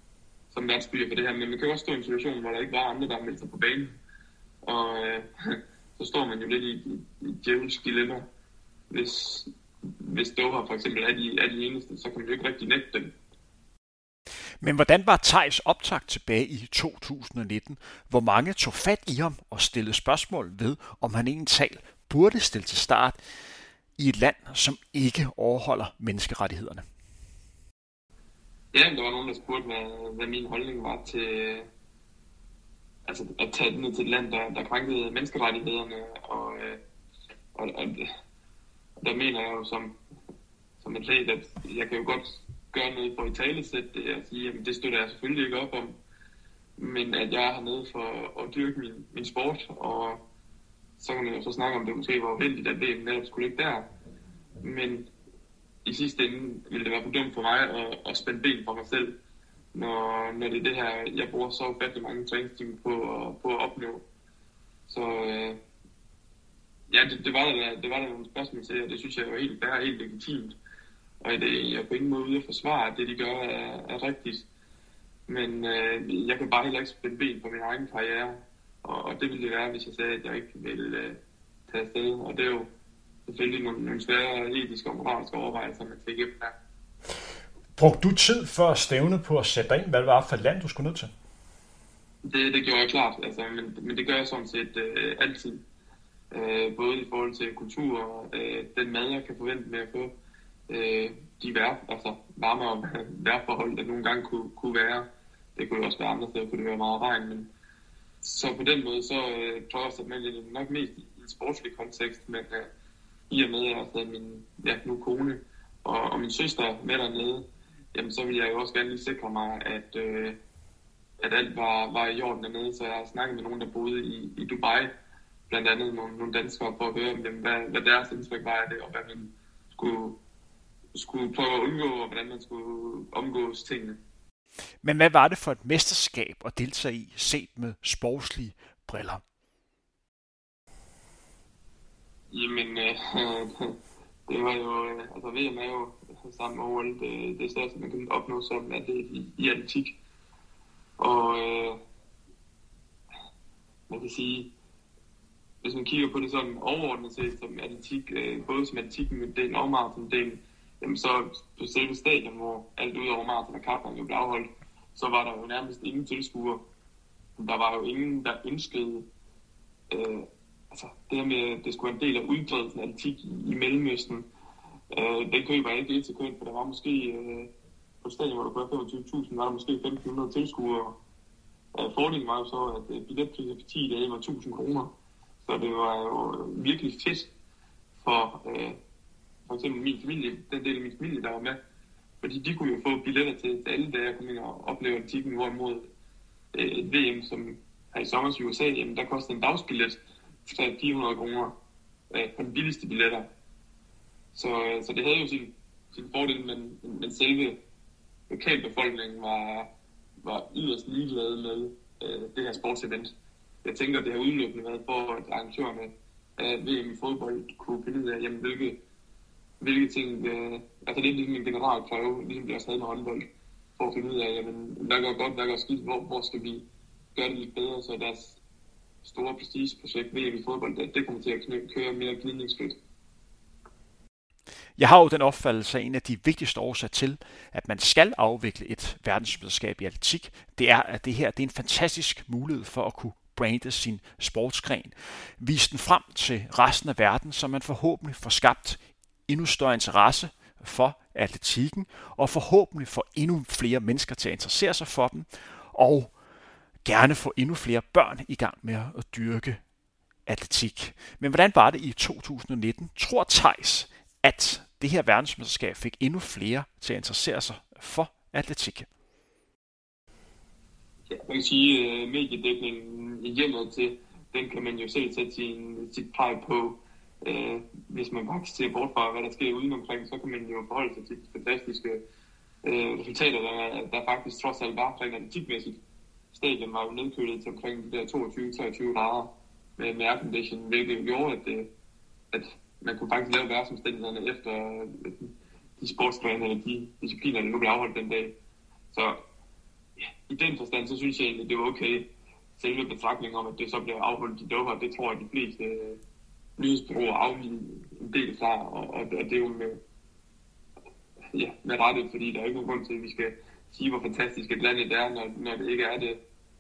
F: som værtsbyer for det her. Men man kan også stå i en situation, hvor der ikke var andre, der meldte sig på banen. Og så står man jo lidt i djævelsk dilemma. Hvis Doha for eksempel er de eneste, så kan man jo ikke rigtig nægte dem.
A: Men hvordan var Theis optakt tilbage i 2019, hvor mange tog fat i ham og stillede spørgsmål ved, om han egentlig burde stille til start i et land, som ikke overholder menneskerettighederne?
F: Ja, der var nogen, der spurgte, hvad min holdning var til at tage det ned til et land, der krænkede menneskerettighederne. Og der mener jeg jo som atlet, at jeg kan jo godt gøre noget for at italesætte det og sige, at det støtter jeg selvfølgelig ikke op om. Men at jeg er hernede for at dyrke min sport, og så kan man jo så snakke om, det måske var uheldigt, at VM netop skulle ligge der. Men i sidste ende ville det være for dumt for mig at spænde ben for mig selv, når det er det her, jeg bruger så ufattelig mange træningstimer på at opnå. Så ja, det var der nogle spørgsmål til, og det synes jeg var helt fair og helt legitimt. Og jeg er på ingen måde ude at forsvare, at det de gør er rigtigt. Men jeg kan bare heller ikke spænde ben på min egen karriere. Og det ville det være, hvis jeg sagde, at jeg ikke ville tage afsted. Og det er jo selvfølgelig nogle svære etiske og moralske overvejelser, man skal igennem her.
C: Brugte du tid for at stævne på at sætte dig ind, hvad det var for et land, du skulle ned til?
F: Det gjorde jeg klart, altså, men det gør jeg sådan set altid. Både i forhold til kultur og den mad, jeg kan forvente med at få. De varme vejrforhold, der nogle gange kunne være. Det kunne jo også være andre steder, kunne det være meget regn, men så på den måde, så tror jeg også, at man er nok mest i en sportslig kontekst, men i og med, at jeg også havde min nu kone og min søster med dernede, jamen så ville jeg jo også gerne lige sikre mig, at alt var i orden dernede, så jeg har snakket med nogen, der boede i Dubai, blandt andet nogle danskere, for at høre dem, hvad deres indtryk var af det, og hvad man skulle prøve at undgå, og hvordan man skulle omgås tingene.
A: Men hvad var det for et mesterskab at deltage i, set med sportslige briller?
F: Jamen, det var jo, altså VM er jo sammen med OL det største, man kan opnå som atlet i atletik. Og man kan sige, hvis man kigger på det sådan overordnet set som atletik, både som atletikken og maraton-delen, jamen så på selve stadion, hvor alt ud over maraton og kapgang jo blev afholdt, så var der jo nærmest ingen tilskuere. Der var jo ingen, der ønskede det her med, at det skulle være en del af udbredelsen af atletik i Mellemøsten. Den køber jeg ikke et sekund, for der var måske på stadion, hvor der kunne være 25.000, var der måske 1.500 tilskuere. Fordelen var jo så, at billetpriser for 10 dage var 1.000 kroner. Så det var jo virkelig fedt for eksempel min familie, den del af min familie, der var med. Fordi de kunne jo få billetter til alle dage at komme ind og opleve atletikken, hvorimod et VM, som her i sommer i USA, jamen, der kostede en dagsbillet 400 kroner på den billigste billetter. Så det havde jo sin fordel, men selve lokalbefolkningen var yderst ligeglade med det her sportsevent. Jeg tænker, at det har udelukkende været for, at arrangørerne af VM i fodbold kunne finde ud af, jamen, hvilke ting, altså det er ligesom en general prøve, ligesom vi også havde med håndbold, for at finde ud af, jamen, hvad går godt, hvad går skidt, hvor skal vi gøre det lidt bedre, så deres store prestigeprojekt VM i fodbold, det kommer til at køre mere glidningsfrit.
A: Jeg har jo den opfattelse af, en af de vigtigste årsager til, at man skal afvikle et verdensmesterskab i atletik, det er, at det her det er en fantastisk mulighed for at kunne brande sin sportsgren, vise den frem til resten af verden, så man forhåbentlig får skabt endnu større interesse for atletikken, og forhåbentlig får endnu flere mennesker til at interessere sig for dem, og gerne få endnu flere børn i gang med at dyrke atletik. Men hvordan var det i 2019? Tror Theis, at det her verdensmesterskab fik endnu flere til at interessere sig for atletik?
F: Ja, man kan sige, at mediedækningen i hjemmet til, den kan man jo selv sætte sit præg på. Hvis man bare ser bort fra, hvad der sker udenomkring, så kan man jo forholde sig til de fantastiske resultater, der faktisk trods alt var rent atletikmæssigt. Stadion var jo nedkølet til omkring de der 22-23 grader med aircondition, hvilket gjorde, at man kunne faktisk lave værtsomstændighederne efter de sportsgrene eller de discipliner, der nu blev afholdt den dag. Så ja, i den forstand, så synes jeg egentlig, det var okay. selve betragtningen om, at det så bliver afholdt i Doha, det tror jeg, de fleste nyhedsbureauer afgivet en del fra, og det er jo med rette, fordi der er ikke nogen grund til, at vi skal sige, hvor fantastisk et land det er, når det ikke er det.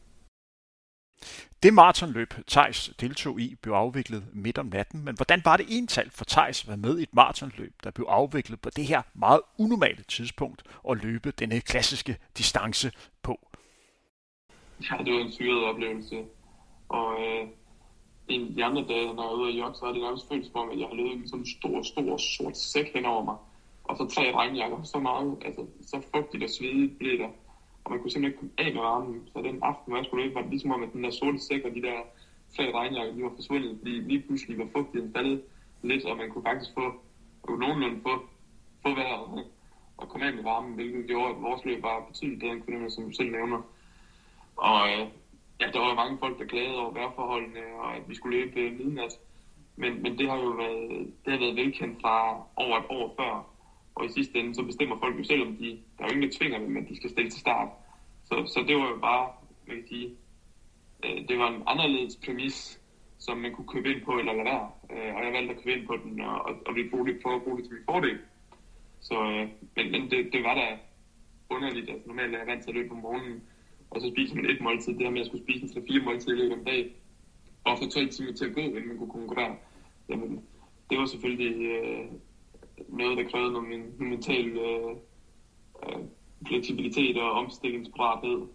A: Det maratonløb, Theis deltog i, blev afviklet midt om natten, men hvordan var det egentlig for Theis at være med i et maratonløb, der blev afviklet på det her meget unormale tidspunkt og løbe denne klassiske distance på?
F: Ja, det var en syret oplevelse, og en af de andre dage, når jeg var ude at jogge, så havde det nærmest føltes som om, at jeg havde løbet sådan en stor sort sæk hen over mig, og så 3 regnjakker, så meget, altså så fugtigt og svedigt blev der. Og man kunne simpelthen ikke komme af med varmen. Så den aften, hvor jeg skulle løbe, var det ligesom om, at den der sorte sæk og de der 3 regnjakker, de var forsvundet, fordi lige pludselig var fugtigheden faldet lidt, og man kunne faktisk nogenlunde få vejret og komme af med varmen, hvilket gjorde, at vores løb var betydeligt bedre end kvindernes, som du selv nævner. Og der var mange folk, der klagede over vejrforholdene, og at vi skulle løbe midnat. Men det har jo været velkendt fra over et år før. Og i sidste ende, så bestemmer folk jo selv, om der er jo ingen, der tvinger dem, at de skal stille til start. Så det var jo bare, man kan sige, det var en anderledes præmis, som man kunne købe ind på eller lade være. Og jeg valgte at købe ind på den, og vi prøve at bruge det til min fordel. Så, men det var da underligt. Altså, normalt er jeg vant til at løbe om morgenen, og så spiser man 1 måltid. Det her med at skulle spise 3-4 måltider i løbet om dagen, og få 12 timer til at gå, inden man kunne konkurrere. Jamen, det var selvfølgelig noget, der krævede noget mental fleksibilitet og omstillingsparathed.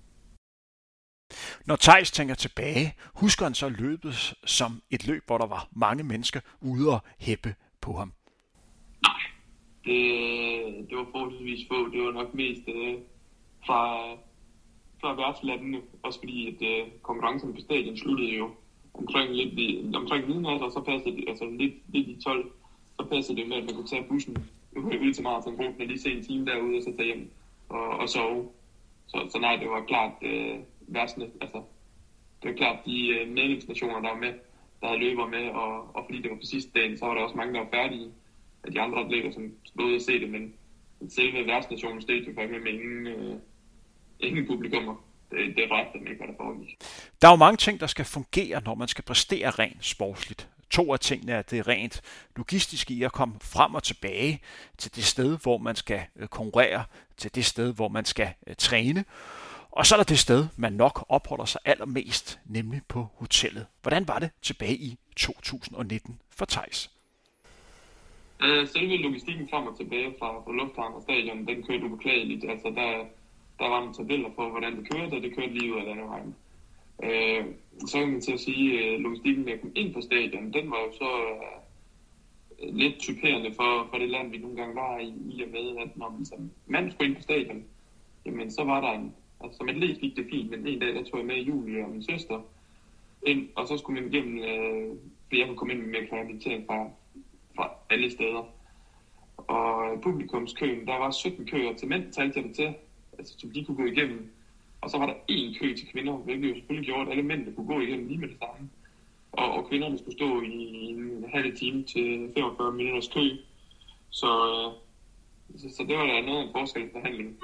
A: Når Theis tænker tilbage, husker han så løbet som et løb, hvor der var mange mennesker ude og hæppe på ham?
F: Nej, det var forholdsvis få. Det var nok mest fra værtslandene, også fordi at konkurrencerne på stadion sluttede jo omkring midnat, og så passede det, altså lidt i 12, så passede det med, at man kunne tage bussen ud til maratonruten og lige se en time derude, og så tage hjem og sove. Så nej, det var klart værtsene, altså det var klart de medlemsnationer, der var med, der havde løber med, og fordi det var på sidste dagen, så var der også mange, der var færdige af de andre atleter, som stod ud og se det, men selve værtsnationen stod jo faktisk med ingen publikummer. Det er ret, dem ikke, hvad der foregik.
A: Der er jo mange ting, der skal fungere, når man skal præstere rent sportsligt. 2 af tingene er det rent logistiske i at komme frem og tilbage til det sted, hvor man skal konkurrere, til det sted, hvor man skal træne. Og så er der det sted, man nok opholder sig allermest, nemlig på hotellet. Hvordan var det tilbage i 2019 for Theis?
F: Selve logistikken frem og tilbage fra lufthavn og stadion, den kørte upåklageligt. Altså der var nogle tabeller for, hvordan det kørte, og det kørte lige ud af landevejen. Så kan man til at sige, at logistikken med at komme ind på stadion, den var jo så lidt typerende for det land, vi nogle gange var i og med, at når man som mand skulle ind på stadion, jamen så var der altså som atlet gik det fint, men en dag der tog jeg med Julie og min søster ind, og så skulle man igennem, fordi jeg kunne komme ind med mere akkreditering fra alle steder. Og publikumskøen, der var 17 køer til mænd, talte jeg det til, altså som de kunne gå igennem. Og så var der 1 kø til kvinder, hvilket jo selvfølgelig gjorde, at alle mændene kunne gå igennem lige med det samme. Og kvinderne skulle stå i en halv time til 45 minutters kø. Så det var da noget af en forskelsbehandling,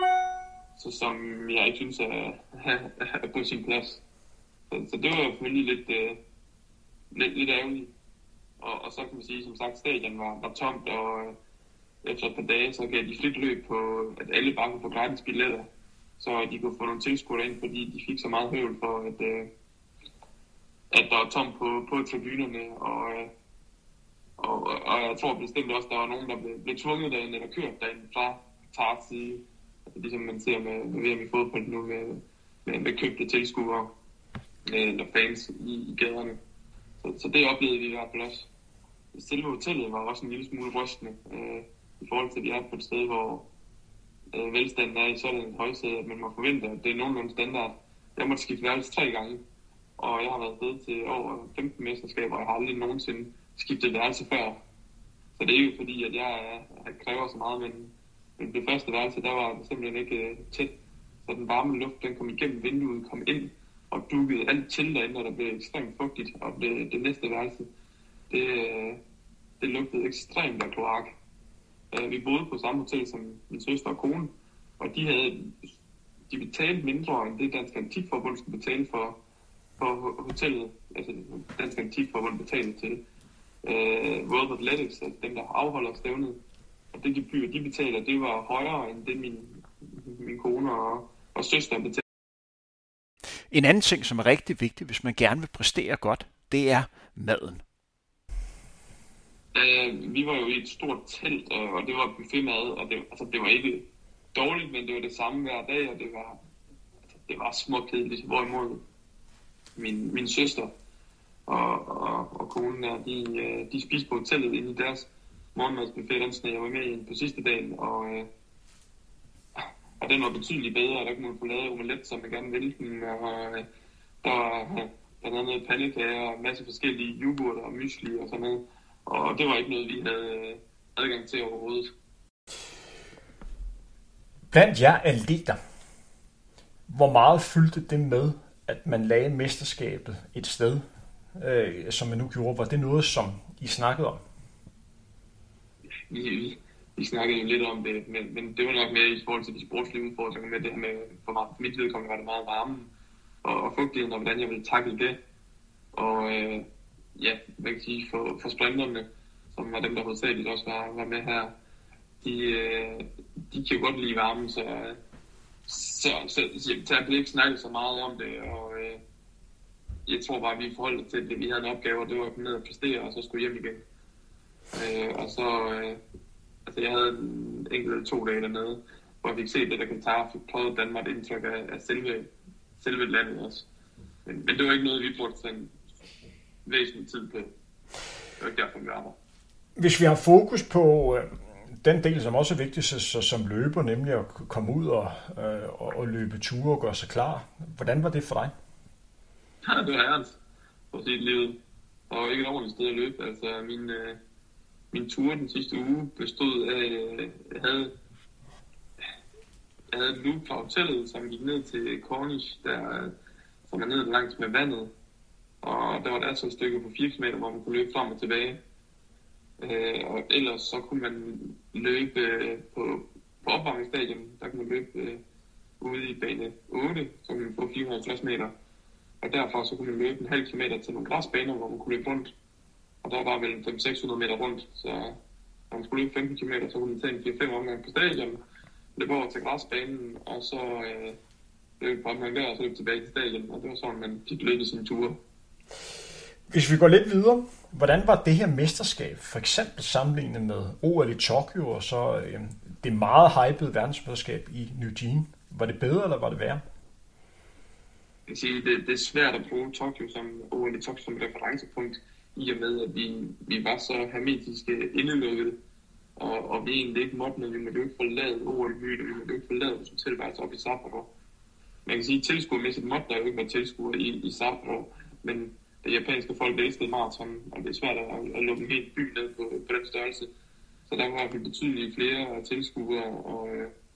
F: som jeg ikke synes er på sin plads. Så det var selvfølgelig lidt ærgerligt. Og så kan man sige, som sagt, stadion var tomt, og efter et par dage, så gav de frit løb på, at alle bare kunne få gratis billetter, så de kunne få nogle tilskuere ind, fordi de fik så meget høvl for, at der var tomt på tribunerne, og jeg tror bestemt også, der var nogen, der blev tvunget derinde, eller kørt derinde fra Tarts side, altså ligesom man ser med VM i fodbold nu, med købte tilskuere, eller fans i gaderne. Så det oplevede vi i hvert fald også. Selve hotellet var også en lille smule rystende, i forhold til, at vi er på et sted, hvor velstanden er i sådan et højsæde, at man må forvente, at det er nogenlunde standard. Jeg måtte skifte værelse 3 gange, og jeg har været afsted til over 15 mesterskaber, og jeg har aldrig nogensinde skiftet værelse før. Så det er jo fordi, at jeg kræver så meget, men det første værelse, der var det simpelthen ikke tæt. Så den varme luft, den kom igennem vinduet, kom ind og dukkede alt til derinde, og der blev ekstremt fugtigt. Og det næste værelse, det lugtede ekstremt af kloak. Vi boede på samme hotel som min søster og kone, og de betalte mindre end det Dansk Atletikforbund skulle betale for for hotellet, altså Dansk Atletikforbund betaler til World Athletics, altså dem, der afholder stævnet. Og det gebyr, de betaler, det var højere end det, min kone og søster betalte.
A: En anden ting, som er rigtig vigtig, hvis man gerne vil præstere godt, det er maden.
F: Vi var jo i et stort telt, og det var buffetmad, og det var ikke dårligt, men det var det samme hver dag, og det var småkedeligt. Hvorimod min søster og konen der, de spiste på hotellet inde i deres morgenmadsbuffet, den sned jeg var med i på sidste dagen, og den var betydeligt bedre, og der kunne man få lavet omelet, som man gerne ville den, og der var blandt andet pandekager og en masse forskellige yoghurt og mysli og sådan noget, og det var ikke noget, vi havde adgang til overhovedet.
C: Blandt jer atleter, hvor meget fyldte det med, at man lagde mesterskabet et sted, som man nu gjorde? Var det noget, som I snakkede om?
F: Vi snakkede jo lidt om det, men det var nok mere i forhold til de sportslige udfordringer med det her med, for mit vedkommende var det meget varme og fugtigheden, og hvordan jeg ville takle det. Og hvad kan jeg sige, for sprinterne, som var dem, der hovedsageligt også var med her, de kan jo godt lide varmen, så der blev ikke snakket så meget om det, og jeg tror bare, at vi forholdt til, at vi havde en opgave, og det var at komme ned og præstere, og så skulle hjem igen. Og så, jeg havde en enkelt eller 2 dage dernede, hvor jeg fik set det, der kan tage, og fik prøvet Danmark et indtryk af selve landet også. Men det var ikke noget, vi brugte sådan væsentlig tid på. Det var ikke derfor, vi var der.
C: Hvis vi har fokus på den del, som også er vigtig som løber, nemlig at komme ud og løbe ture og gøre sig klar. Hvordan var det for dig?
F: Ja, det var herrens for sit liv. Og ikke et ordentligt sted at løbe. Altså min tur den sidste uge bestod af, jeg havde et loop fra hotellet, som gik ned til Cornish, som er ned langs med vandet. Og der var der så et stykke på 4 km, hvor man kunne løbe frem og tilbage. Og ellers så kunne man løbe på opvarmningsstadion, der kunne man løbe ude i bane 8, så kunne man få 450 meter. Og derfor så kunne man løbe en halv kilometer til nogle græsbaner, hvor man kunne løbe rundt. Og der var vel 500-600 meter rundt, så når man skulle løbe 15 km, så kunne man tage en 4-5 omgang på stadion, løbe over til græsbanen, og så løbe på omgang der, og så løbe tilbage til stadion. Og det var sådan, man fik løbet sine ture.
C: Hvis vi går lidt videre, hvordan var det her mesterskab, for eksempel sammenlignet med OL i Tokyo, og så det meget hypede verdensmesterskab i Eugene? Var det bedre, eller var det værre?
F: Jeg kan sige, det er svært at bruge Tokyo som OL i Tokyo som referencepunkt, i og med, at vi var så hermetiske indelukket, og vi egentlig ikke måtte, men vi måtte jo ikke forlade OL-byen, og vi måtte jo ikke forlade vores hotelværelse op i Sapporo. Man kan sige, at tilskuermæssigt måtte der jo ikke være tilskuer i Sapporo, men det japanske folk elskede maraton, og det er svært at lukke en helt by ned på den størrelse. Så der var betydeligt flere tilskuere, og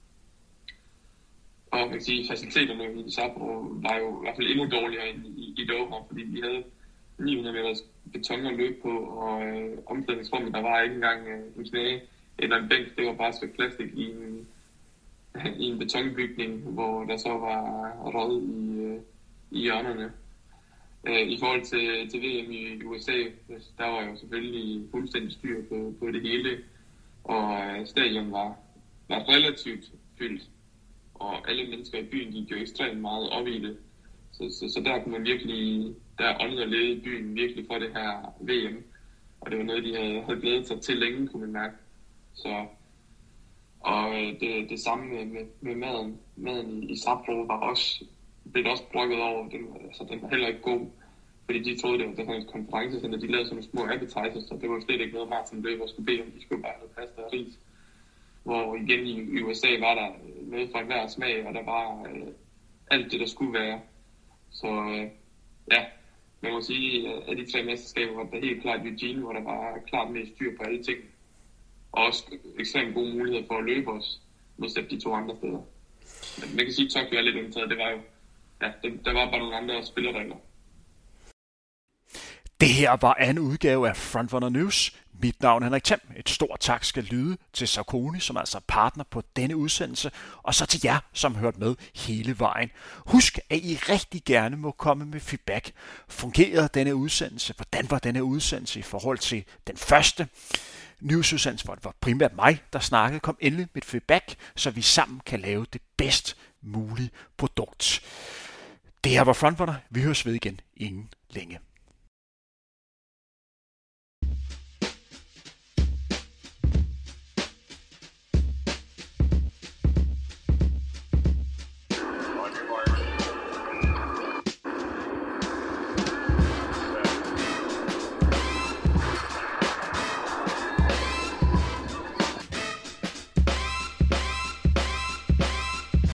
F: man kan sige, faciliteterne i Sapporo var jo i hvert fald endnu dårligere end i Doha, fordi vi havde 900 meter beton at løbe på, og omklædningsrummet, der var ikke engang en knæ eller en bænk, det var bare et stykke plastik i en betonbygning, hvor der så var rød i hjørnerne. I forhold til VM i USA, der var jo selvfølgelig fuldstændig styr på det hele, og stadion var relativt fyldt, og alle mennesker i byen gik jo ekstremt meget op i det. Så der kunne man virkelig, der åndede og levede i byen virkelig for det her VM, og det var noget, de havde glædet sig til længe, kunne man mærke. Så, og det samme med maden. Maden i Sapporo var også, blev også brokket over, den var heller ikke god, fordi de troede, det var sådan et konferencecenter, de lavede sådan nogle små appetizers, så det var slet ikke noget maratonløber skulle bede om, de skulle bare have pasta og ris. Hvor igen i USA var der noget fra enhver smag, og der var alt det, der skulle være. Så man må sige, at de 3 mesterskaber var der helt klart Eugene, hvor der var klart mere styr på alle ting. Og også ekstremt gode muligheder for at løbe os, modsat de 2 andre steder. Men man kan sige, at Tokyo er lidt undtaget. Det var jo, der var bare nogle andre spilleregler.
A: Det her var anden udgave af Frontrunner News. Mit navn er Henrik Thiem. Et stort tak skal lyde til Saucony, som altså er partner på denne udsendelse, og så til jer, som hørte med hele vejen. Husk, at I rigtig gerne må komme med feedback. Fungerede denne udsendelse? Hvordan var denne udsendelse i forhold til den første newsudsendelse, hvor det var primært mig, der snakkede? Kom endelig med feedback, så vi sammen kan lave det bedst mulige produkt. Det her var Frontrunner. Vi høres ved igen inden længe.